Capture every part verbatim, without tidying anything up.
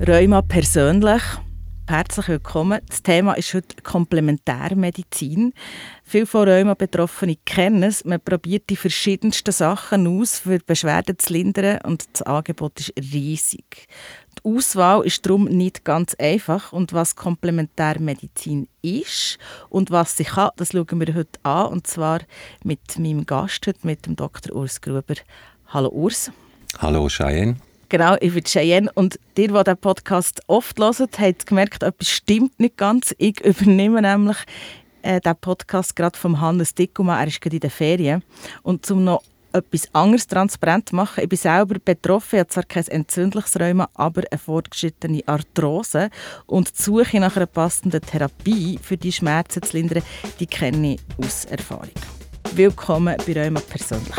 Rheuma persönlich. Herzlich willkommen. Das Thema ist heute Komplementärmedizin. Viele von Rheuma-Betroffenen kennen es. Man probiert die verschiedensten Sachen aus, für die Beschwerden zu lindern, und das Angebot ist riesig. Die Auswahl ist darum nicht ganz einfach. Und was Komplementärmedizin ist und was sie kann, das schauen wir heute an. Und zwar mit meinem Gast heute, mit dem Doktor Urs Gruber. Hallo Urs. Hallo Cheyenne. Genau, ich bin Cheyenne. Und ihr, die diesen Podcast oft hören, habt gemerkt, etwas stimmt nicht ganz. Ich übernehme nämlich äh, den Podcast gerade von Hannes Dickumann. Er ist gerade in den Ferien. Und um noch etwas anderes transparent zu machen, ich bin selber betroffen. Ich habe zwar kein entzündliches Rheuma, aber eine fortgeschrittene Arthrose. Und die Suche nach einer passenden Therapie für die Schmerzen zu lindern, die kenne ich aus Erfahrung. Willkommen bei Rheuma persönlich.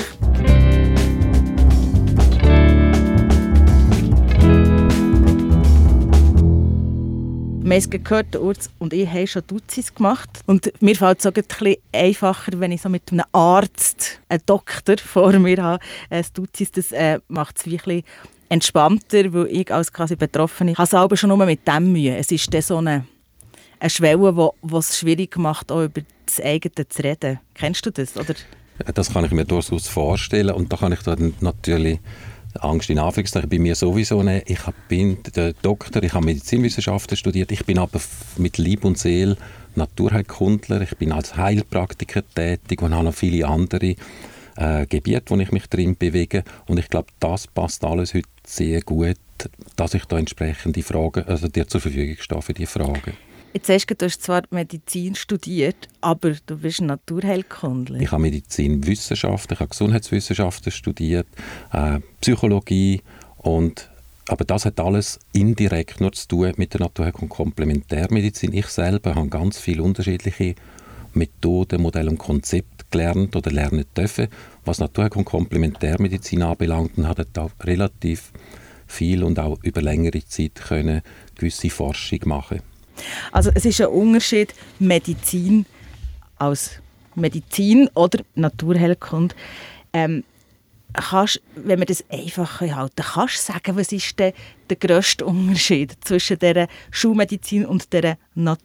Wir haben es gehört, Urs und ich haben schon Duzis gemacht. Und mir fällt es so ein bisschen einfacher, wenn ich so mit einem Arzt, einem Doktor vor mir habe. Das Duzis, das äh, macht es ein bisschen entspannter, weil ich als quasi Betroffene habe selber schon nur mit dem Mühe. Es ist dann so eine, eine Schwelle, die es schwierig macht, auch über das eigene zu reden. Kennst du das? Oder? Das kann ich mir durchaus vorstellen. Und da kann ich dann natürlich Angst in Anführungszeichen bei mir sowieso nehmen. Ich bin der Doktor, ich habe Medizinwissenschaften studiert, ich bin aber mit Leib und Seele Naturheilkundler, ich bin als Heilpraktiker tätig und habe noch viele andere äh, Gebiete, wo ich mich drin bewege, und ich glaube, das passt alles heute sehr gut, dass ich da entsprechende Fragen, also dir zur Verfügung stehe für diese Fragen. Jetzt hast du, du hast zwar Medizin studiert, aber du bist ein Naturheilkundler. Ich habe Medizinwissenschaften, ich habe Gesundheitswissenschaften studiert, äh, Psychologie, und, aber das hat alles indirekt nur zu tun mit der Naturheilkunde und Komplementärmedizin. Ich selber habe ganz viele unterschiedliche Methoden, Modelle und Konzepte gelernt oder lernen dürfen, was Naturheilkunde und Komplementärmedizin anbelangt, und habe da relativ viel und auch über längere Zeit können gewisse Forschung machen. Also es ist ein Unterschied, Medizin als Medizin oder Naturheilkunde. Ähm, kannst, wenn wir das einfach halten, kannst du sagen, was ist der, der grösste Unterschied zwischen der Schulmedizin und der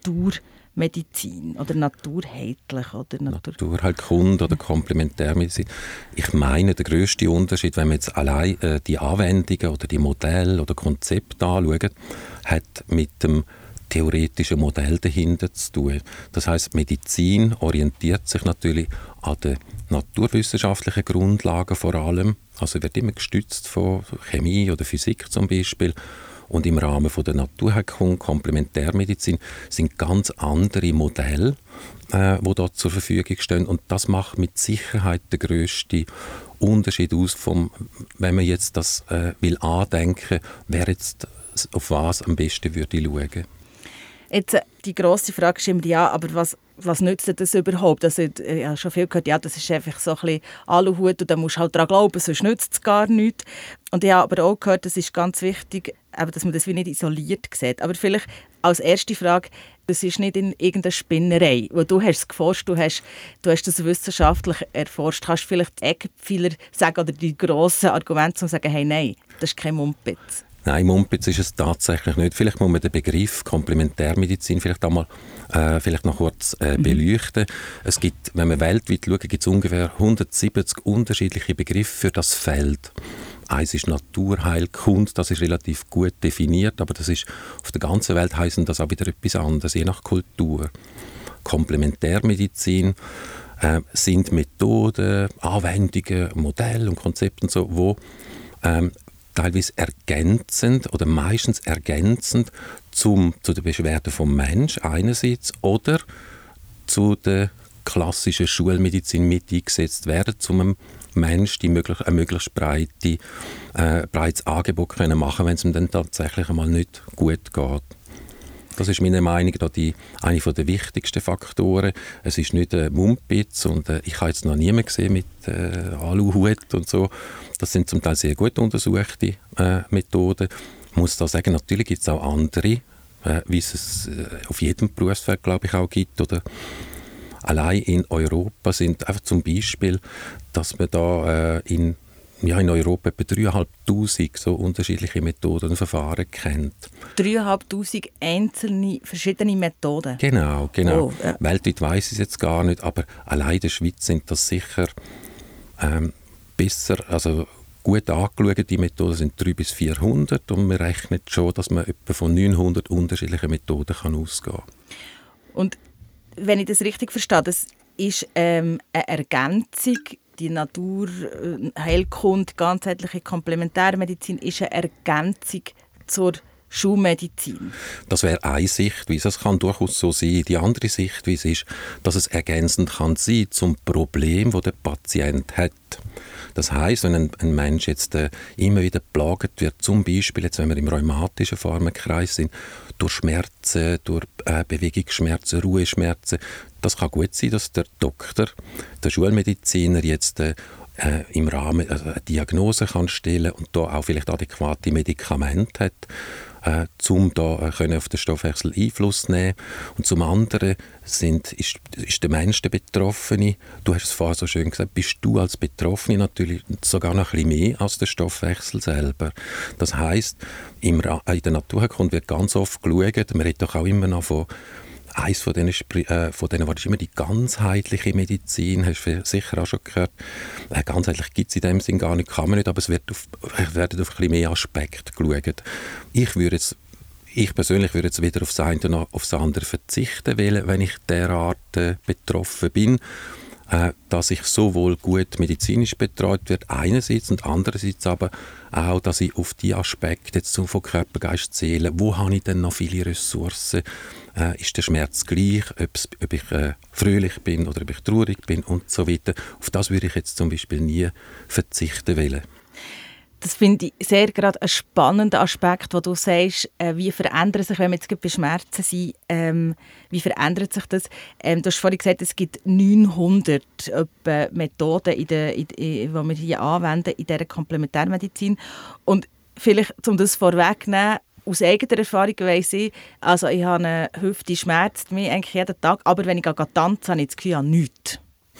Naturmedizin oder naturheillich oder Natur- Naturheilkunde oder Komplementärmedizin? Ich meine, der grösste Unterschied, wenn wir jetzt allein äh, die Anwendungen oder die Modelle oder Konzepte anschauen, hat mit dem theoretische Modell dahinter zu tun. Das heisst, Medizin orientiert sich natürlich an den naturwissenschaftlichen Grundlagen vor allem. Also wird immer gestützt von Chemie oder Physik zum Beispiel. Und im Rahmen von der Naturheilkunde, Komplementärmedizin, sind ganz andere Modelle, äh, die dort zur Verfügung stehen. Und das macht mit Sicherheit den grössten Unterschied aus, vom, wenn man jetzt das äh, will andenken, wer jetzt auf was am besten würde schauen. Jetzt, die grosse Frage ist immer, ja, aber was, was nützt das überhaupt? Also, ich habe schon viel gehört, ja, das ist einfach so ein bisschen Aluhut und da musst du halt daran glauben, sonst nützt es gar nichts. Und ich habe aber auch gehört, das ist ganz wichtig, dass man das wie nicht isoliert sieht. Aber vielleicht als erste Frage, das ist nicht in irgendeiner Spinnerei, wo du hast es geforscht, du hast, du hast das wissenschaftlich erforscht. Kannst du vielleicht die Eckpfeiler sagen oder die grossen Argumente, um zu sagen, hey, nein, das ist kein Mumpitz? Nein, Mumpitz ist es tatsächlich nicht. Vielleicht muss man den Begriff Komplementärmedizin vielleicht einmal äh, vielleicht noch kurz äh, beleuchten. Mhm. Es gibt, wenn wir weltweit schauen, gibt es ungefähr hundertsiebzig unterschiedliche Begriffe für das Feld. Eins ist Naturheilkunde, das ist relativ gut definiert, aber das ist, auf der ganzen Welt heißen das auch wieder etwas anderes, je nach Kultur. Komplementärmedizin äh, sind Methoden, Anwendungen, Modelle und Konzepte und so, wo ähm, teilweise ergänzend oder meistens ergänzend zum, zu der Beschwerde vom Mensch einerseits oder zu der klassischen Schulmedizin mit eingesetzt werden, um einem Mensch die möglich, ein möglichst breite, äh, breites Angebot können machen, wenn es ihm dann tatsächlich einmal nicht gut geht. Das ist meiner Meinung nach die, eine der wichtigsten Faktoren. Es ist nicht ein Mumpitz und äh, ich habe jetzt noch niemanden gesehen mit äh, Aluhut und so. Das sind zum Teil sehr gut untersuchte äh, Methoden. Ich muss da sagen, natürlich gibt es auch andere, äh, wie es äh, auf jedem Berufsfeld, glaube ich, auch gibt. Oder allein in Europa sind einfach zum Beispiel, dass man da äh, in ja, in Europa etwa dreitausendfünfhundert so unterschiedliche Methoden und Verfahren kennt. dreitausendfünfhundert einzelne, verschiedene Methoden? Genau, genau. Oh, ja. Weltweit weiss ich es jetzt gar nicht, aber allein in der Schweiz sind das sicher ähm, besser, also gut angeschaute Methoden sind dreihundert bis vierhundert und man rechnet schon, dass man etwa von neunhundert unterschiedlichen Methoden kann ausgehen kann. Und wenn ich das richtig verstehe, das ist ähm, eine Ergänzung, die Naturheilkunde, ganzheitliche Komplementärmedizin ist eine Ergänzung zur Schulmedizin. Das wäre eine Sichtweise. Das kann durchaus so sein. Die andere Sichtweise ist, dass es ergänzend kann sein zum Problem, das der Patient hat. Das heisst, wenn ein, ein Mensch jetzt äh, immer wieder geplagt wird, zum Beispiel, jetzt, wenn wir im rheumatischen Formenkreis sind, durch Schmerzen, durch äh, Bewegungsschmerzen, Ruheschmerzen, das kann gut sein, dass der Doktor, der Schulmediziner jetzt äh, im Rahmen also eine Diagnose kann stellen und da auch vielleicht adäquate Medikamente hat, äh, um da äh, können auf den Stoffwechsel Einfluss nehmen. Und zum anderen sind, ist, ist der Mensch der Betroffene. Du hast es vorhin so schön gesagt, bist du als Betroffene natürlich sogar noch ein bisschen mehr als der Stoffwechsel selber. Das heisst, im Ra- in der Naturheilkunde wird ganz oft geschaut, man redet doch auch immer noch von eins von denen, äh, von denen war das immer die ganzheitliche Medizin, hast du sicher auch schon gehört. Äh, ganzheitlich gibt es in dem Sinn gar nicht, kann man nicht, aber es wird auf, werden auf ein bisschen mehr Aspekte geschaut. Ich würde jetzt, ich persönlich würde jetzt wieder auf das eine und auf das andere verzichten wollen, wenn ich derart äh, betroffen bin, äh, dass ich sowohl gut medizinisch betreut werde, einerseits und andererseits aber auch, dass ich auf die Aspekte jetzt von Körper, Geist, Seele, wo habe ich denn noch viele Ressourcen, äh, ist der Schmerz gleich, ob ich äh, fröhlich bin oder ob ich traurig bin und so weiter. Auf das würde ich jetzt zum Beispiel nie verzichten wollen. Das finde ich sehr gerade einen spannenden Aspekt, wo du sagst, äh, wie verändert sich, wenn wir jetzt bei Schmerzen sind, ähm, wie verändert sich das? Ähm, du hast vorhin gesagt, es gibt neunhundert etwa Methoden, in der, in, die wir hier anwenden in dieser Komplementärmedizin. Und vielleicht, um das vorwegzunehmen, aus eigener Erfahrung weiss ich, also ich habe eine Hüfte, schmerzt mich eigentlich jeden Tag, aber wenn ich tanze, habe ich das Gefühl, ich habe nichts.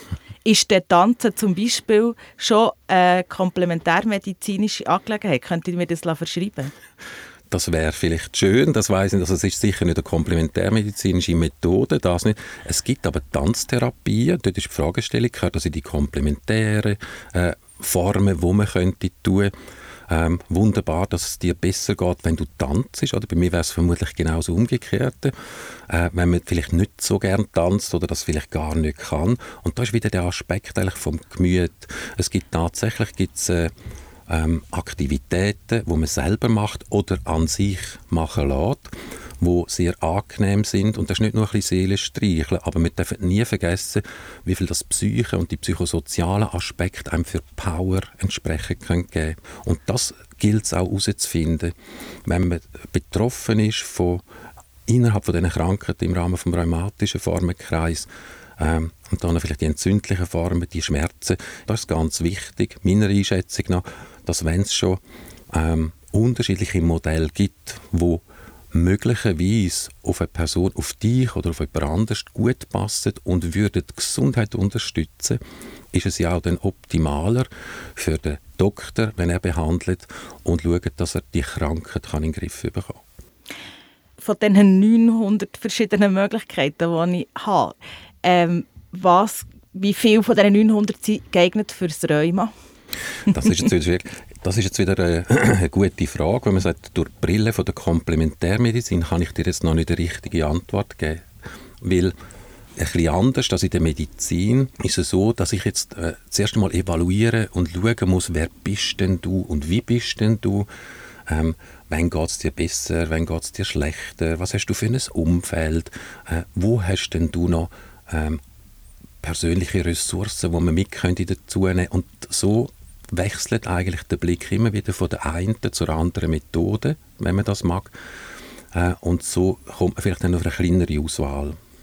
Ist der Tanzen zum Beispiel schon eine komplementärmedizinische Angelegenheit? Könnt ihr mir das verschreiben? Das wäre vielleicht schön, das weiss ich nicht. Also es ist sicher nicht eine komplementärmedizinische Methode, das nicht. Es gibt aber Tanztherapien, dort ist die Fragestellung, gehört das in die komplementären äh, Formen, die man könnte tun. Ähm, wunderbar, dass es dir besser geht, wenn du tanzt. Oder? Bei mir wäre es vermutlich genauso umgekehrt. Äh, wenn man vielleicht nicht so gern tanzt oder das vielleicht gar nicht kann. Und da ist wieder der Aspekt eigentlich vom Gemüt. Es gibt tatsächlich gibt's, äh, ähm, Aktivitäten, die man selber macht oder an sich machen lässt, die sehr angenehm sind. Und das ist nicht nur ein bisschen Seelenstreicheln, aber wir dürfen nie vergessen, wie viel das Psyche und die psychosozialen Aspekte einem für Power entsprechend geben können. Und das gilt es auch herauszufinden, wenn man betroffen ist von innerhalb von diesen Krankheiten im Rahmen des rheumatischen Formenkreis, ähm, und dann vielleicht die entzündlichen Formen, die Schmerzen. Das ist ganz wichtig, meiner Einschätzung nach, dass wenn es schon ähm, unterschiedliche Modelle gibt, die möglicherweise auf eine Person, auf dich oder auf jemand anderes gut passen und würden die Gesundheit unterstützen, ist es ja auch dann optimaler für den Doktor, wenn er behandelt und schaut, dass er die Krankheit kann in den Griff bekommen kann. Von diesen neunhundert verschiedenen Möglichkeiten, die ich habe, ähm, was, wie viele von diesen neunhundert sind geeignet für das Rheuma? Das ist jetzt wieder, das ist jetzt wieder eine, eine gute Frage. Wenn man sagt, durch die Brille von der Komplementärmedizin kann ich dir jetzt noch nicht die richtige Antwort geben. Weil ein bisschen anders als in der Medizin ist es so, dass ich jetzt äh, zuerst einmal evaluieren und schauen muss, wer bist denn du und wie bist denn du? Ähm, wann geht es dir besser, wann geht es dir schlechter? Was hast du für ein Umfeld? Äh, wo hast denn du noch ähm, persönliche Ressourcen, die man mit könnte dazu nehmen? Und so wechselt eigentlich der Blick immer wieder von der einen zur anderen Methode, wenn man das mag. Äh, und so kommt man vielleicht dann auf eine kleinere Auswahl.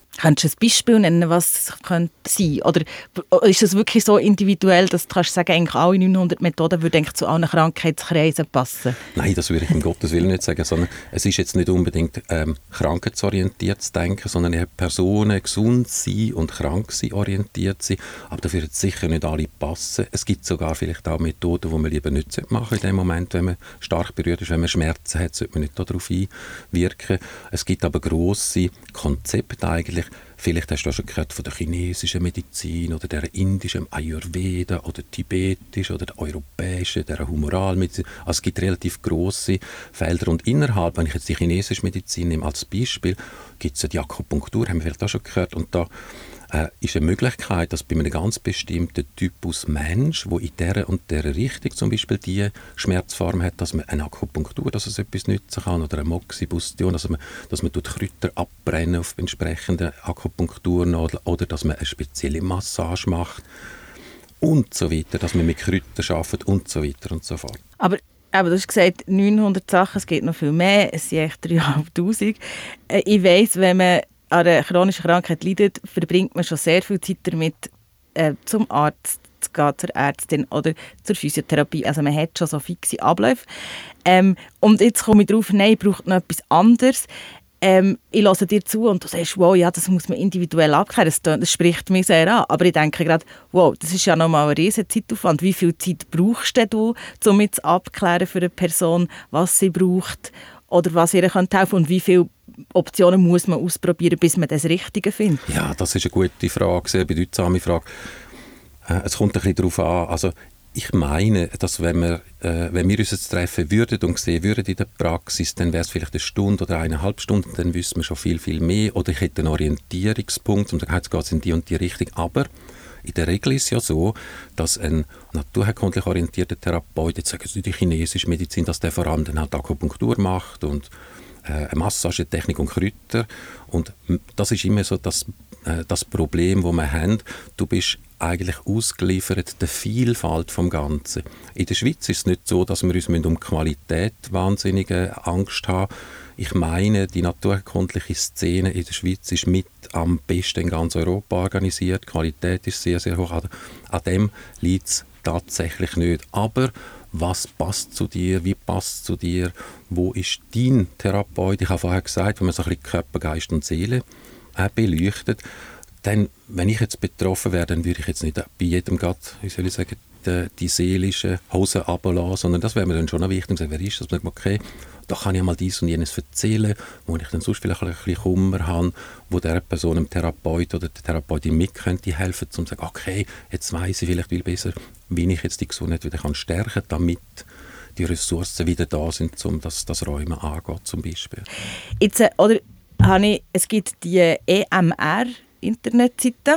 Kannst du ein Beispiel nennen, was es könnte sein? Oder ist es wirklich so individuell, dass du kannst sagen, eigentlich alle neunhundert Methoden würden eigentlich zu allen Krankheitskreisen passen? Nein, das würde ich um Gottes Willen nicht sagen, sondern es ist jetzt nicht unbedingt ähm, krankheitsorientiert zu denken, sondern eher Personen gesund sein und krank sein orientiert sein. Aber da würden sicher nicht alle passen. Es gibt sogar vielleicht auch Methoden, die man lieber nicht machen sollte in dem Moment, wenn man stark berührt ist, wenn man Schmerzen hat, sollte man nicht darauf einwirken. Es gibt aber grosse Konzepte eigentlich. Vielleicht hast du auch schon gehört von der chinesischen Medizin oder der indischen Ayurveda oder tibetischen oder der europäischen, der Humoralmedizin. Also es gibt relativ grosse Felder. Und innerhalb, wenn ich jetzt die chinesische Medizin nehme als Beispiel, gibt es ja die Akupunktur, haben wir vielleicht auch schon gehört. Und da äh, ist eine Möglichkeit, dass bei einem ganz bestimmten Typus Mensch, der in dieser und dieser Richtung zum Beispiel die Schmerzform hat, dass man eine Akupunktur, dass es etwas nützen kann, oder eine Moxibustion, also man, dass man Kräuter abbrennen auf entsprechenden Akupunkturen oder, oder dass man eine spezielle Massage macht und so weiter, dass man mit Kräutern arbeitet und so weiter und so fort. Aber Aber du hast gesagt, neunhundert Sachen, es gibt noch viel mehr, es sind echt dreitausendfünfhundert. Äh, ich weiss, wenn man an einer chronischen Krankheit leidet, verbringt man schon sehr viel Zeit damit, äh, zum Arzt zu gehen, zur Ärztin oder zur Physiotherapie. Also man hat schon so fixe Abläufe. Ähm, und jetzt komme ich darauf, nein, ich brauche noch etwas anderes. Ähm, ich höre dir zu und du sagst, wow, ja, das muss man individuell abklären, das, das spricht mich sehr an. Aber ich denke gerade, wow, das ist ja nochmal ein riesen Zeitaufwand. Wie viel Zeit brauchst du, um jetzt abzuklären für eine Person, was sie braucht oder was ihr helfen könnte und wie viele Optionen muss man ausprobieren, bis man das Richtige findet? Ja, das ist eine gute Frage, sehr bedeutsame Frage. Äh, es kommt ein bisschen darauf an, also ich meine, dass wenn wir, äh, wenn wir uns jetzt treffen würden und sehen würden in der Praxis, dann wäre es vielleicht eine Stunde oder eineinhalb Stunden, dann wüssten wir schon viel, viel mehr. Oder ich hätte einen Orientierungspunkt und dann geht es in die und die Richtung. Aber in der Regel ist es ja so, dass ein naturheilkundlich orientierter Therapeut, jetzt sagen Sie die chinesische Medizin, dass der vor allem dann halt Akupunktur macht und äh, eine Massagetechnik und Kräuter. Und das ist immer so das, äh, das Problem, das wir haben. Du bist eigentlich ausgeliefert der Vielfalt vom Ganzen. In der Schweiz ist es nicht so, dass wir uns um Qualität wahnsinnige Angst haben. Ich meine, die naturkundliche Szene in der Schweiz ist mit am besten in ganz Europa organisiert. Die Qualität ist sehr, sehr hoch. An dem liegt es tatsächlich nicht. Aber was passt zu dir? Wie passt es zu dir? Wo ist dein Therapeut? Ich habe vorher gesagt, wenn man so ein bisschen Körper, Geist und Seele äh, beleuchtet, dann, wenn ich jetzt betroffen wäre, dann würde ich jetzt nicht bei jedem gerade, wie soll ich sagen, die, die seelische Hose runterlassen, sondern das wäre mir dann schon noch wichtig, sagen, wer ist das? Okay, da kann ich mal dies und jenes erzählen, wo ich dann sonst vielleicht ein bisschen Kummer habe, wo der Person, dem Therapeut oder der Therapeutin mit könnte helfen, um zu sagen, okay, jetzt weiss ich vielleicht viel besser, wie ich jetzt die Gesundheit wieder kann stärken kann, damit die Ressourcen wieder da sind, um das, das Räumen angeht, zum Beispiel. Jetzt, oder, habe ich, es gibt die E M R Internetseite.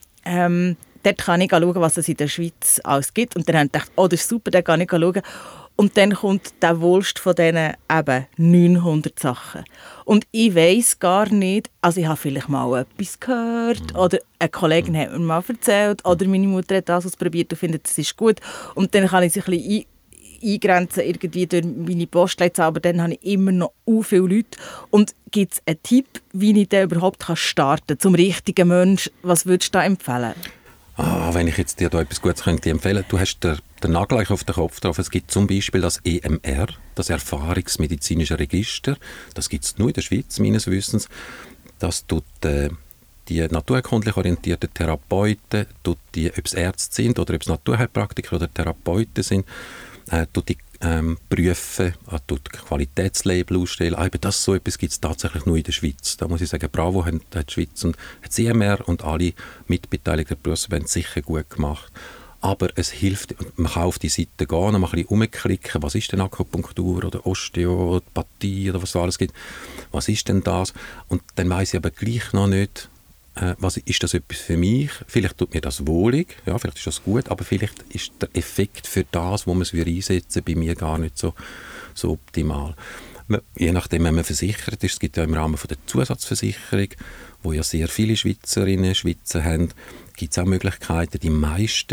Ähm, dort kann ich schauen, was es in der Schweiz alles gibt. Und dann habe ich gedacht, oh, das ist super, da kann ich schauen. Und dann kommt der Wohlst von diesen eben neunhundert Sachen. Und ich weiss gar nicht, also ich habe vielleicht mal etwas gehört mhm. oder eine Kollegin hat mir mal erzählt oder meine Mutter hat das ausprobiert und findet, das ist gut. Und dann kann ich sich ein bisschen ein eingrenzen irgendwie durch meine Postleitzahl, aber dann habe ich immer noch so viele Leute. Und gibt es einen Tipp, wie ich dann überhaupt starten kann, zum richtigen Mensch? Was würdest du da empfehlen? Ah, wenn ich jetzt dir da etwas Gutes könnte empfehlen, du hast den, den Nagel auf den Kopf drauf. Es gibt zum Beispiel das E M R, das Erfahrungsmedizinische Register. Das gibt es nur in der Schweiz, meines Wissens. Das tut äh, die naturkundlich orientierten Therapeuten, tut die, ob es Ärzte sind oder ob es Naturheilpraktiker oder Therapeuten sind, äh, tut die ähm, prüfen, äh, tut Qualitätslabel ausstellen. Ah, das so etwas gibt es tatsächlich nur in der Schweiz. Da muss ich sagen, bravo, hat die Schweiz und das E M R und alle mitbeteiligten Berufsverbände sicher gut gemacht. Aber es hilft, man kann auf die Seite gehen, und mal ein bisschen rumklicken, was ist denn Akupunktur oder Osteopathie oder was es alles gibt. Was ist denn das? Und dann weiss ich aber gleich noch nicht, äh, was, ist das etwas für mich? Vielleicht tut mir das wohlig, ja, vielleicht ist das gut, aber vielleicht ist der Effekt für das, wo man es einsetzen bei mir gar nicht so, so optimal. Je nachdem, wenn man versichert ist, es gibt ja im Rahmen von der Zusatzversicherung, wo ja sehr viele Schweizerinnen und Schweizer haben, gibt es auch Möglichkeiten, die meisten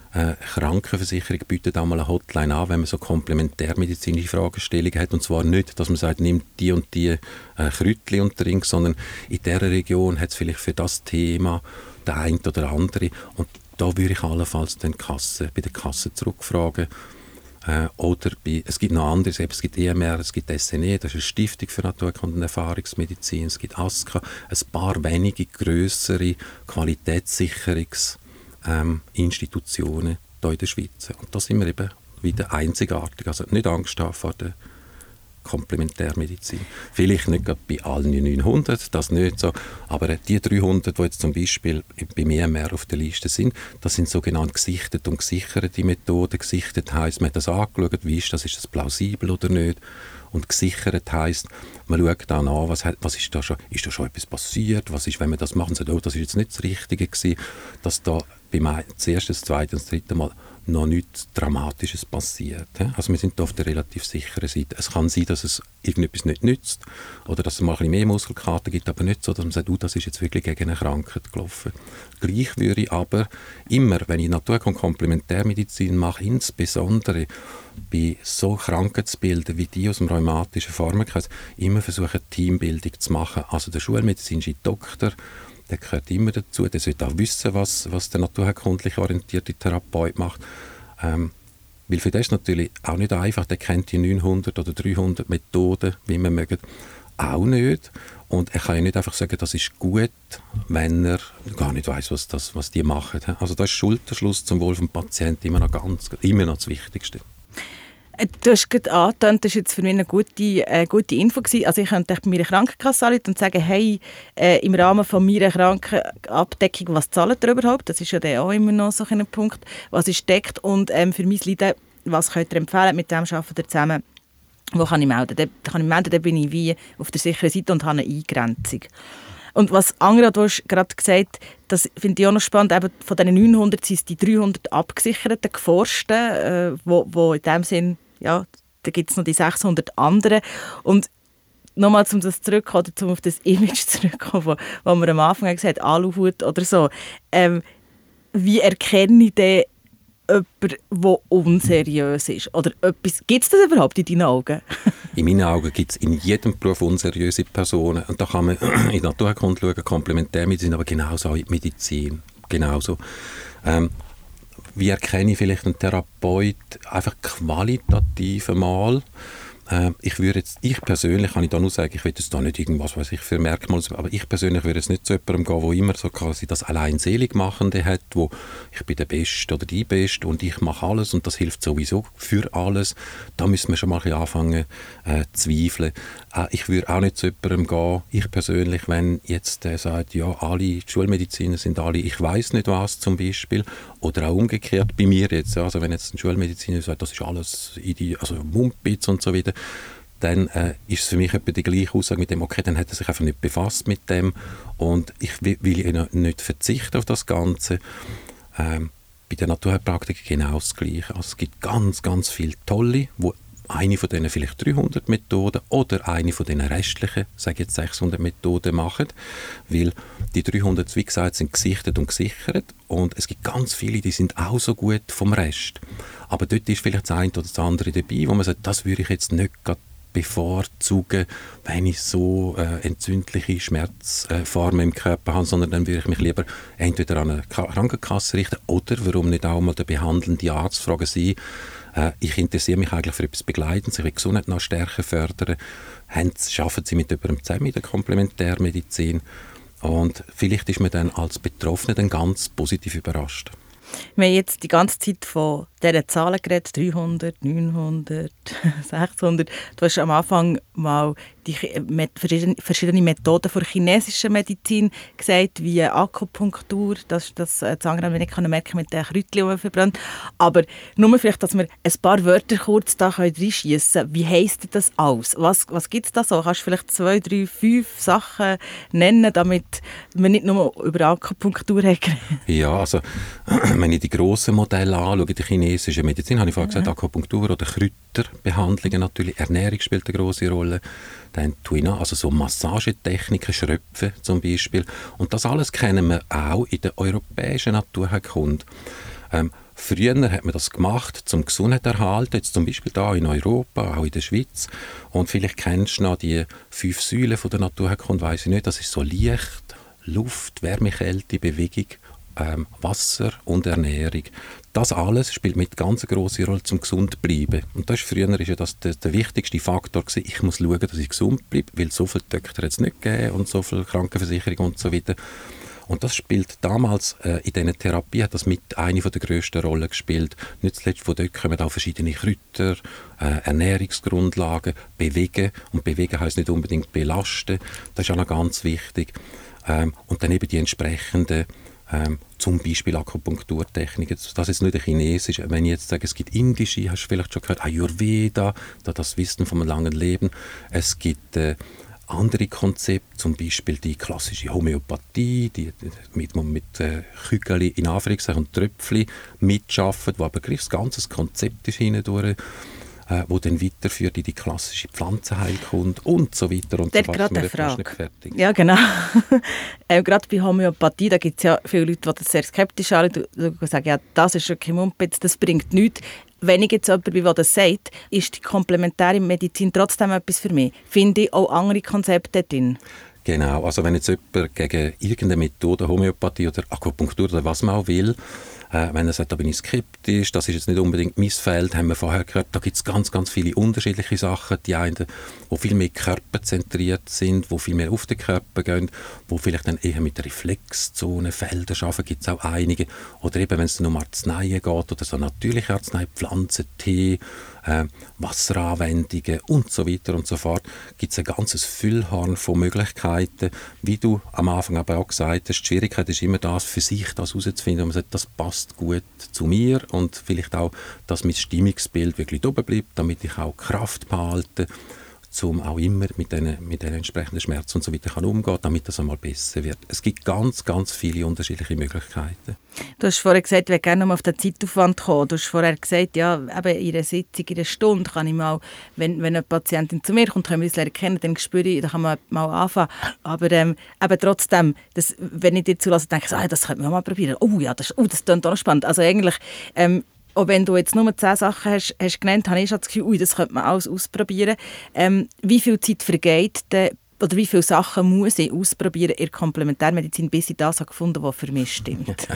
äh, Krankenversicherung bietet auch mal eine Hotline an, wenn man so komplementärmedizinische Fragestellungen hat. Und zwar nicht, dass man sagt, nimm die und die äh, Kräutchen und trink, sondern in dieser Region hat es vielleicht für das Thema der eine oder andere. Und da würde ich allenfalls den Kasse, bei der Kasse zurückfragen. Äh, oder bei, es gibt noch andere, es gibt E M R, es gibt S N E, das ist eine Stiftung für Naturkunde und Erfahrungsmedizin, es gibt A S C A, ein paar wenige grössere Qualitätssicherungs- ähm, Institutionen hier in der Schweiz. Und da sind wir eben wieder einzigartig. Also nicht Angst haben vor der Komplementärmedizin. Vielleicht nicht gerade bei allen neunhundert, das nicht so, aber die dreihundert, die jetzt zum Beispiel bei E M R auf der Liste sind, das sind sogenannte gesichtete und gesicherte Methoden. Gesichtet heisst, man hat das angeschaut, wie ist das, ist das plausibel oder nicht? Und gesichert heisst, man schaut dann an, was, hat, was ist, da schon, ist da schon etwas passiert, was ist, wenn man das macht und sagt, oh, das ist jetzt nicht das Richtige gewesen, dass da beim das erste, das zweite und das dritte Mal noch nichts Dramatisches passiert. Also wir sind da auf der relativ sicheren Seite. Es kann sein, dass es irgendetwas nicht nützt oder dass es mal ein bisschen mehr Muskelkater gibt, aber nicht so, dass man sagt, oh, das ist jetzt wirklich gegen eine Krankheit gelaufen. Gleich würde ich aber immer, wenn ich Natur- und Komplementärmedizin mache, insbesondere bei so Krankheitsbildern wie die aus dem rheumatischen Pharmakreis, immer versuchen, Teambildung zu machen. Also der schulmedizinische Doktor, der gehört immer dazu, der sollte auch wissen, was, was der naturheilkundlich orientierte Therapeut macht. Ähm, weil für das ist natürlich auch nicht einfach, der kennt die neunhundert oder dreihundert Methoden, wie man mögen, auch nicht. Und er kann ja nicht einfach sagen, das ist gut, wenn er gar nicht weiss, was, das, was die machen. Also das ist Schulterschluss zum Wohl des Patienten immer noch, ganz, immer noch das Wichtigste. Du hast gerade angetönt, das war jetzt für mich eine gute, äh, gute Info gewesen. Also ich könnte bei meiner Krankenkasse anrufen und sagen, hey, äh, im Rahmen von meiner Krankenabdeckung, was zahlt ihr überhaupt? Das ist ja dann auch immer noch so ein Punkt. Was ist deckt? Und ähm, für mein Leiden, was könnt ihr empfehlen? Mit dem arbeiten wir zusammen. Wo kann ich melden? Da kann ich melden, da bin ich wie auf der sicheren Seite und habe eine Eingrenzung. Und was Angra, du hast gerade gesagt, das finde ich auch noch spannend, eben von diesen neunhundert sind es die dreihundert abgesicherten, geforschten, äh, wo, wo in dem Sinn, ja, da gibt es noch die sechshundert anderen. Und nochmal, um das zurückzukommen, oder um auf das Image zurückzukommen, wo, wo wir am Anfang gesagt haben, Aluhut oder so. Ähm, wie erkenne ich denn jemanden, der unseriös ist? Oder etwas, gibt es das überhaupt in deinen Augen? In meinen Augen gibt es in jedem Beruf unseriöse Personen. Und da kann man in der Naturheilkunde schauen, Komplementärmedizin, aber genauso auch in der Medizin. Genauso. Ähm, wie erkenne ich vielleicht einen Therapeut einfach qualitativ einmal? Äh, ich würde jetzt, ich persönlich, kann ich da nur sagen, ich will jetzt da nicht irgendwas, was ich für Merkmale, aber ich persönlich würde jetzt nicht zu jemandem gehen, der immer so quasi das Alleinseligmachende hat, wo ich bin der Beste oder die Beste und ich mache alles und das hilft sowieso für alles. Da müssen wir schon mal ein bisschen anfangen äh, zu zweifeln. Äh, ich würde auch nicht zu jemandem gehen, ich persönlich, wenn jetzt der sagt, ja, alle Schulmediziner sind alle, ich weiß nicht was zum Beispiel, oder auch umgekehrt bei mir jetzt, also wenn jetzt ein Schulmediziner sagt, das ist alles, also Mumpitz und so weiter, dann äh, ist es für mich etwa die gleiche Aussage mit dem, okay, dann hat er sich einfach nicht befasst mit dem und ich will, will nicht verzichten auf das Ganze. Ähm, bei der Naturheilpraktik genau das Gleiche. Also es gibt ganz, ganz viele tolle, wo eine von diesen vielleicht dreihundert Methoden oder eine von diesen restlichen, sage jetzt sechshundert Methoden machen, weil die dreihundert, wie gesagt, sind gesichtet und gesichert und es gibt ganz viele, die sind auch so gut vom Rest. Aber dort ist vielleicht das eine oder das andere dabei, wo man sagt, das würde ich jetzt nicht gerade bevorzugen, wenn ich so äh, entzündliche Schmerzformen äh, im Körper habe, sondern dann würde ich mich lieber entweder an eine Krankenkasse richten oder warum nicht auch mal der behandelnde Arzt fragen, Sie, äh, ich interessiere mich eigentlich für etwas Begleitendes, ich will Gesundheit noch stärker fördern, Haben, arbeiten Sie mit jemandem zusammen in der Komplementärmedizin und vielleicht ist man dann als Betroffener dann ganz positiv überrascht. Wir haben jetzt die ganze Zeit von diesen Zahlen geredet, dreihundert, neunhundert, sechshundert. Du hast am Anfang mal die verschiedene Methoden der chinesischen Medizin gesagt, wie Akupunktur, das, das Zangeran, wenn ich nicht merken mit den Kräutchen, die man verbrennt. Aber nur vielleicht, dass wir ein paar Wörter kurz da reinschiessen können. Wie heisst das alles? Was, was gibt es da so? Kannst du vielleicht zwei, drei, fünf Sachen nennen, damit wir nicht nur über Akupunktur reden? Ja, also wenn ich die grossen Modelle anschaue, die chinesische Medizin, habe ich vorhin gesagt, Akupunktur oder Kräuterbehandlungen natürlich, Ernährung spielt eine grosse Rolle, dann Tuina, also so Massagetechniken, Schröpfen zum Beispiel. Und das alles kennen wir auch in der europäischen Naturheilkunde. Ähm, Früher hat man das gemacht, zum Gesundheit erhalten, jetzt zum Beispiel hier in Europa, auch in der Schweiz. Und vielleicht kennst du noch die fünf Säulen von der Naturherkunft, weiss ich nicht, das ist so Licht, Luft, Wärme, Kälte, Bewegung, ähm, Wasser und Ernährung. Das alles spielt mit ganz große Rolle zum gesund bleiben. Und das ist, früher ist ja das der, der wichtigste Faktor gewesen. Ich muss schauen, dass ich gesund bleibe, weil so viele Doktor hat es nicht gegeben und so viel Krankenversicherung und so weiter. Und das spielt damals äh, in dieser Therapie hat das mit einer der grössten Rollen gespielt. Nicht zuletzt von dort kommen auch verschiedene Kräuter, äh, Ernährungsgrundlagen, Bewegen. Und Bewegen heisst nicht unbedingt belasten. Das ist auch noch ganz wichtig. Ähm, und dann eben die entsprechenden, ähm, zum Beispiel Akupunkturtechniken. Das ist nicht ein Chinesisch. Wenn ich jetzt sage, es gibt indische, hast du vielleicht schon gehört, Ayurveda, das Wissen vom langen Leben. Es gibt äh, andere Konzepte, zum Beispiel die klassische Homöopathie, die, die mit man mit äh, Kügelchen in Anführungszeichen und Tröpfchen mitarbeitet, wo aber gleich das ganze Konzept ist hindurch, äh, wo dann weiterführt in die klassische Pflanzenheilkunde und so weiter und so fort. Gerade eine Frage. Ja, genau. äh, gerade bei Homöopathie, da gibt es ja viele Leute, die das sehr skeptisch anschauen, die sagen, ja, das ist wirklich Mumpitz, das bringt nichts. Wenn ich jetzt jemand bin, der das sagt, ist die komplementäre Medizin trotzdem etwas für mich. Finde ich auch andere Konzepte drin? Genau, also wenn jetzt jemand gegen irgendeine Methode, Homöopathie oder Akupunktur oder was man auch will, äh, wenn er sagt, da bin ich skeptisch, das ist jetzt nicht unbedingt mein Feld, haben wir vorher gehört, da gibt es ganz, ganz viele unterschiedliche Sachen. Die einen, die viel mehr körperzentriert sind, die viel mehr auf den Körper gehen, die vielleicht dann eher mit Reflexzonen, Feldern arbeiten, gibt es auch einige. Oder eben, wenn es um Arzneien geht oder so natürliche Arzneien, Pflanzen, Tee, äh, Wasseranwendungen und so weiter und so fort, gibt es ein ganzes Füllhorn von Möglichkeiten. Wie du am Anfang aber auch gesagt hast, die Schwierigkeit ist immer das, für sich das herauszufinden, und man sagt, das passt gut zu mir und vielleicht auch, dass mein Stimmungsbild wirklich oben bleibt, damit ich auch Kraft behalte, um auch immer mit den, mit den entsprechenden Schmerzen und so weiter kann umgehen, damit das einmal besser wird. Es gibt ganz, ganz viele unterschiedliche Möglichkeiten. Du hast vorher gesagt, ich würde gerne noch mal auf den Zeitaufwand kommen. Du hast vorher gesagt, ja, eben in einer Sitzung, in einer Stunde kann ich mal, wenn, wenn eine Patientin zu mir kommt, können wir uns lernen kennen, dann spüre ich, dann kann man mal anfangen. Aber ähm, eben trotzdem, das, wenn ich dir zulasse, denke ich, ah, das könnte man mal probieren. Oh ja, das, oh, das klingt auch noch spannend. Also eigentlich, ähm, auch wenn du jetzt nur zehn Sachen hast, hast genannt, habe ich schon das Gefühl, ui, das könnte man alles ausprobieren. Ähm, wie viel Zeit vergeht denn, oder wie viele Sachen muss ich ausprobieren in der Komplementärmedizin, bis ich das habe gefunden habe, was für mich stimmt?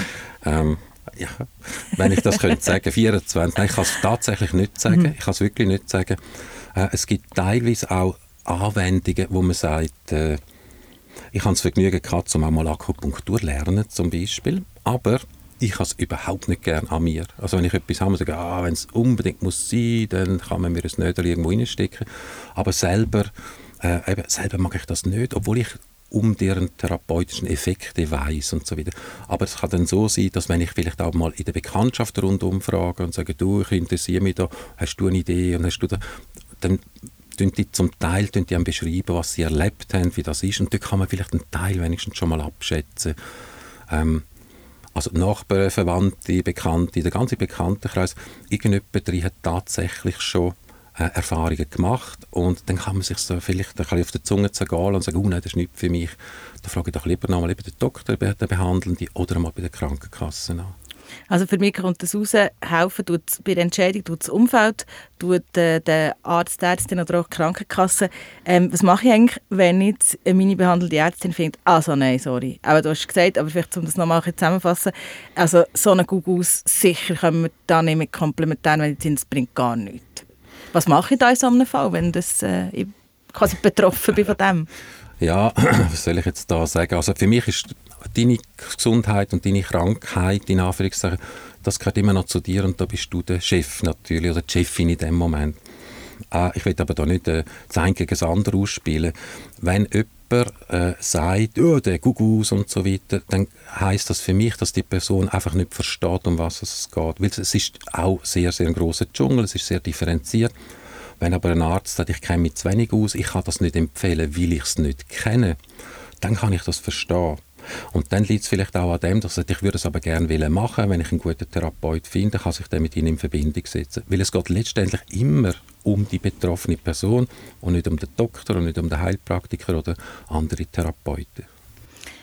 ähm, ja, wenn ich das könnte sagen, vierundzwanzig, nein, ich kann es tatsächlich nicht sagen, mhm. ich kann es wirklich nicht sagen. Äh, es gibt teilweise auch Anwendungen, wo man sagt, äh, ich habe das Vergnügen gehabt, um auch mal Akupunktur lernen zum Beispiel, aber ich habe es überhaupt nicht gern an mir. Also wenn ich etwas habe, sage ich, ah, wenn es unbedingt muss sein, dann kann man mir ein Nödel irgendwo reinstecken. Aber selber, äh, eben, selber mag ich das nicht, obwohl ich um deren therapeutischen Effekte weiss und so weiter. Aber es kann dann so sein, dass wenn ich vielleicht auch mal in der Bekanntschaft rundum frage und sage, du, ich interessiere mich da, hast du eine Idee und hast du da, dann tun die zum Teil tun die beschreiben, was sie erlebt haben, wie das ist, und dort kann man vielleicht einen Teil wenigstens schon mal abschätzen. Ähm, Also Nachbarn, Verwandte, Bekannte, der ganze Bekanntenkreis, irgendjemand drin hat tatsächlich schon äh, Erfahrungen gemacht, und dann kann man sich so vielleicht ein bisschen auf der Zunge zergehen und sagen, oh nein, das ist nichts für mich. Da frage ich doch lieber nochmal den Doktor, den Behandelnden, oder mal bei der Krankenkasse an. Also für mich kommt das raus, helfen tut bei der Entscheidung, tut das Umfeld, tut äh, der Arzt, die Ärztin oder auch die Krankenkasse. Ähm, was mache ich eigentlich, wenn jetzt meine behandelte Ärztin findet, also nein, sorry, aber du hast gesagt, aber vielleicht um das nochmal zusammenzufassen, also so eine Gugus, sicher können wir da nicht mit Komplementärmedizin, das bringt gar nichts. Was mache ich da in so einem Fall, wenn das, äh, ich quasi betroffen bin von dem? Ja, was soll ich jetzt da sagen? Also für mich ist deine Gesundheit und deine Krankheit, in Anführungszeichen, das gehört immer noch zu dir, und da bist du der Chef natürlich, oder die Chefin in dem Moment. Äh, ich will aber da nicht äh, das eine gegen das andere ausspielen. Wenn jemand äh, sagt, oh, der Gugus und so weiter, dann heisst das für mich, dass die Person einfach nicht versteht, um was es geht. Weil es ist auch sehr, sehr ein grosser Dschungel, es ist sehr differenziert. Wenn aber ein Arzt sagt, ich kenne mich zu wenig aus, ich kann das nicht empfehlen, weil ich es nicht kenne, dann kann ich das verstehen. Und dann liegt es vielleicht auch an dem, dass ich würde es aber gerne machen, wenn ich einen guten Therapeut finde, kann sich der mit ihnen in Verbindung setzen. Weil es geht letztendlich immer um die betroffene Person und nicht um den Doktor und nicht um den Heilpraktiker oder andere Therapeuten.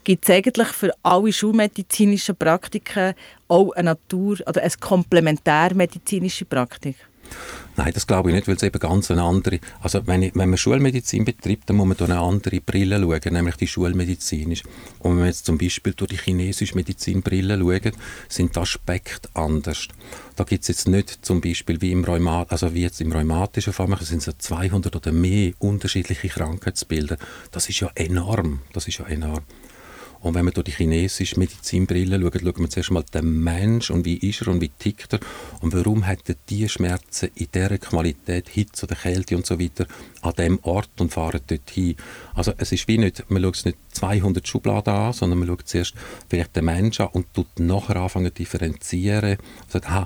Gibt es eigentlich für alle schulmedizinischen Praktiken auch eine Natur- oder eine komplementärmedizinische Praktik? Nein, das glaube ich nicht, weil es eben ganz eine andere... Also wenn, ich, wenn man Schulmedizin betreibt, dann muss man durch eine andere Brille schauen, nämlich die schulmedizinische. Und wenn wir jetzt zum Beispiel durch die chinesische Medizinbrille schauen, sind die Aspekte anders. Da gibt es jetzt nicht zum Beispiel wie, im Rheuma, also wie jetzt im rheumatischen Fall, sind es zweihundert oder mehr unterschiedliche Krankheitsbilder. Das ist ja enorm, das ist ja enorm. Und wenn man durch die chinesische Medizinbrille schaut, schaut man zuerst mal den Mensch und wie ist er und wie tickt er und warum hat er diese Schmerzen in dieser Qualität, Hitze oder Kälte und so weiter, an diesem Ort und fahren dort hin. Also es ist wie nicht, man schaut nicht zweihundert Schubladen an, sondern man schaut zuerst vielleicht den Menschen an und tut nachher anfangen zu differenzieren. Sagt, aha,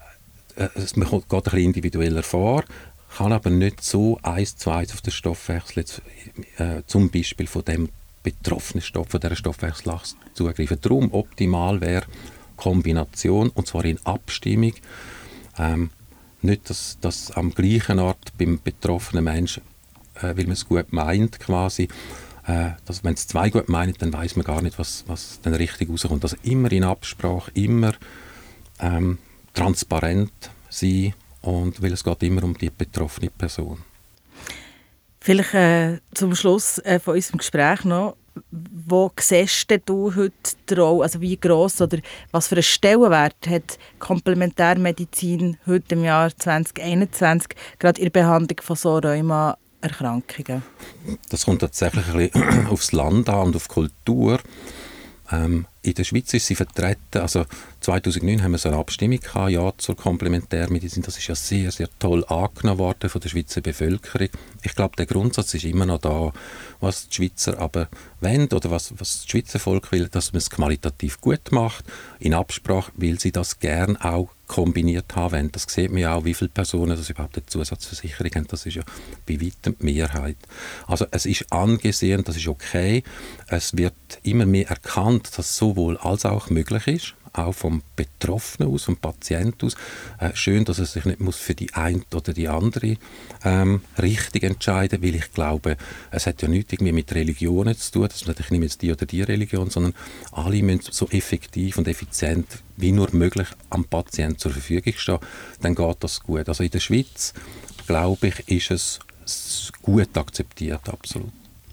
man geht ein bisschen individueller vor, kann aber nicht so eins zu eins auf den Stoffwechsel, jetzt, äh, zum Beispiel von dem betroffenen Stoff, von dieser Stoffwechselachse zugreifen. Darum optimal wäre Kombination, und zwar in Abstimmung. Ähm, nicht, dass, dass am gleichen Ort beim betroffenen Menschen, äh, weil man es gut meint, quasi, äh, dass, wenn es zwei gut meinen, dann weiß man gar nicht, was, was dann richtig rauskommt. Also immer in Absprache, immer ähm, transparent sein, und weil es geht immer um die betroffene Person. Vielleicht äh, zum Schluss äh, von unserem Gespräch noch, wo siehst du heute die Rolle, also wie gross oder was für einen Stellenwert hat Komplementärmedizin heute im Jahr zwanzig einundzwanzig, gerade in der Behandlung von so Rheuma-Erkrankungen? Das kommt tatsächlich ein bisschen aufs Land an und auf die Kultur. Ähm, in der Schweiz ist sie vertreten, also zweitausendneun haben wir so eine Abstimmung gehabt, ja, zur Komplementärmedizin. Das ist ja sehr, sehr toll angenommen worden von der Schweizer Bevölkerung. Ich glaube, der Grundsatz ist immer noch da, was die Schweizer aber wollen oder was, was das Schweizer Volk will, dass man es qualitativ gut macht, in Absprache, weil sie das gerne auch kombiniert haben wollen. Das sieht man ja auch, wie viele Personen das überhaupt eine Zusatzversicherung haben. Das ist ja bei weitem die Mehrheit. Also es ist angesehen, das ist okay. Es wird immer mehr erkannt, dass sowohl als auch möglich ist, auch vom Betroffenen aus, vom Patienten aus. Äh, schön, dass er sich nicht muss für die eine oder die andere ähm, Richtung entscheiden, weil ich glaube, es hat ja nichts irgendwie mit Religionen zu tun, dass man ich nehme jetzt die oder die Religion, sondern alle müssen so effektiv und effizient wie nur möglich am Patienten zur Verfügung stehen, dann geht das gut. Also in der Schweiz, glaube ich, ist es gut akzeptiert, absolut.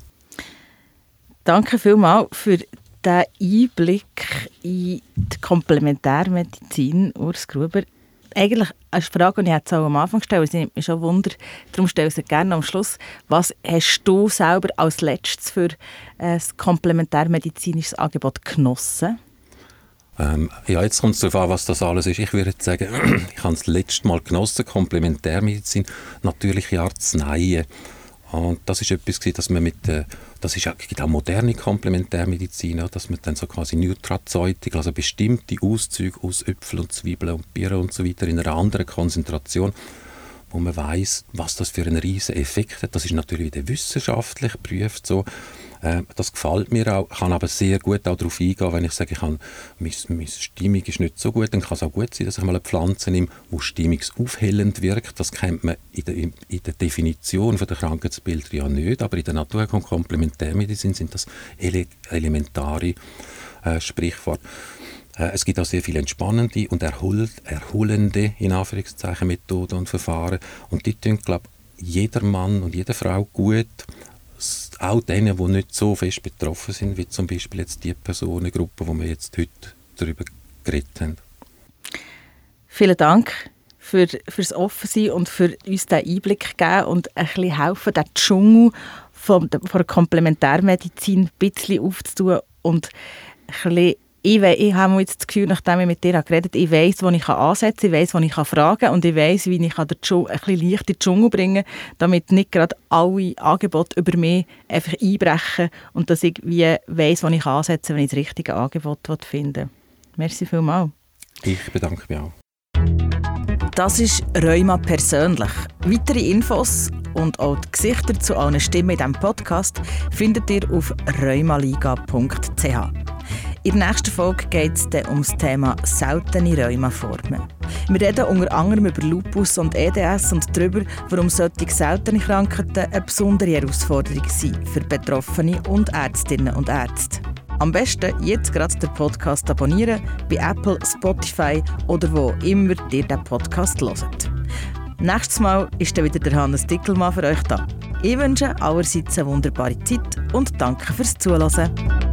Danke vielmals für den Einblick in die Komplementärmedizin, Urs Gruber. Eigentlich eine Frage, die ich jetzt auch am Anfang gestellt habe, sie nimmt mich schon Wunder, darum stelle ich sie gerne am Schluss. Was hast du selber als Letztes für ein komplementärmedizinisches Angebot genossen? Ähm, ja, jetzt kommt es darauf an, was das alles ist. Ich würde sagen, ich habe das letzte Mal genossen, Komplementärmedizin, natürliche Arzneien. Und das ist etwas, das man mit, äh, das ist auch, gibt auch moderne Komplementärmedizin, ja, dass man dann so quasi Nutrazeutika, also bestimmte Auszüge aus Äpfeln und Zwiebeln und Birnen und so weiter in einer anderen Konzentration, wo man weiß, was das für einen riesen Effekt hat. Das ist natürlich wieder wissenschaftlich geprüft so. Äh, das gefällt mir auch, kann aber sehr gut auch darauf eingehen, wenn ich sage, ich habe, meine, meine Stimmung ist nicht so gut, dann kann es auch gut sein, dass ich mal eine Pflanze nehme, die stimmungsaufhellend wirkt. Das kennt man in der, in der Definition der Krankheitsbilder ja nicht, aber in der Natur- und Komplementärmedizin sind das ele- elementare äh, Sprichworte. Äh, es gibt auch sehr viele entspannende und erhol- erholende in Anführungszeichen, Methoden und Verfahren, und die tun, glaube ich, jeder Mann und jede Frau gut, auch denen, die nicht so fest betroffen sind, wie zum Beispiel jetzt die Personengruppe, die wir jetzt heute darüber geredet haben. Vielen Dank für, fürs Offensein und für uns diesen Einblick geben und ein bisschen helfen, den Dschungel von, von der Komplementärmedizin ein bisschen aufzutun und ein bisschen. Ich, we- ich habe jetzt das Gefühl, nachdem ich mit dir geredet habe, ich weiss, wo ich ansetzen kann, ich weiss, wo ich fragen kann und ich weiss, wie ich den Dschungel, ein bisschen leicht in den Dschungel bringen kann, damit nicht gerade alle Angebote über mich einfach einbrechen und dass ich wie weiss, wo ich ansetzen kann, wenn ich das richtige Angebot finden will. Merci vielmals. Ich bedanke mich auch. Das ist Rheuma persönlich. Weitere Infos und auch die Gesichter zu allen Stimmen in diesem Podcast findet ihr auf rheumaliga punkt c h. In der nächsten Folge geht es dann um das Thema seltene Rheumaformen. Wir reden unter anderem über Lupus und E D S und darüber, warum solche seltene Krankheiten eine besondere Herausforderung sind für Betroffene und Ärztinnen und Ärzte. Am besten jetzt gerade den Podcast abonnieren, bei Apple, Spotify oder wo immer ihr den Podcast hört. Nächstes Mal ist dann wieder der Hannes Dickelmann für euch da. Ich wünsche allerseits eine wunderbare Zeit und danke fürs Zuhören.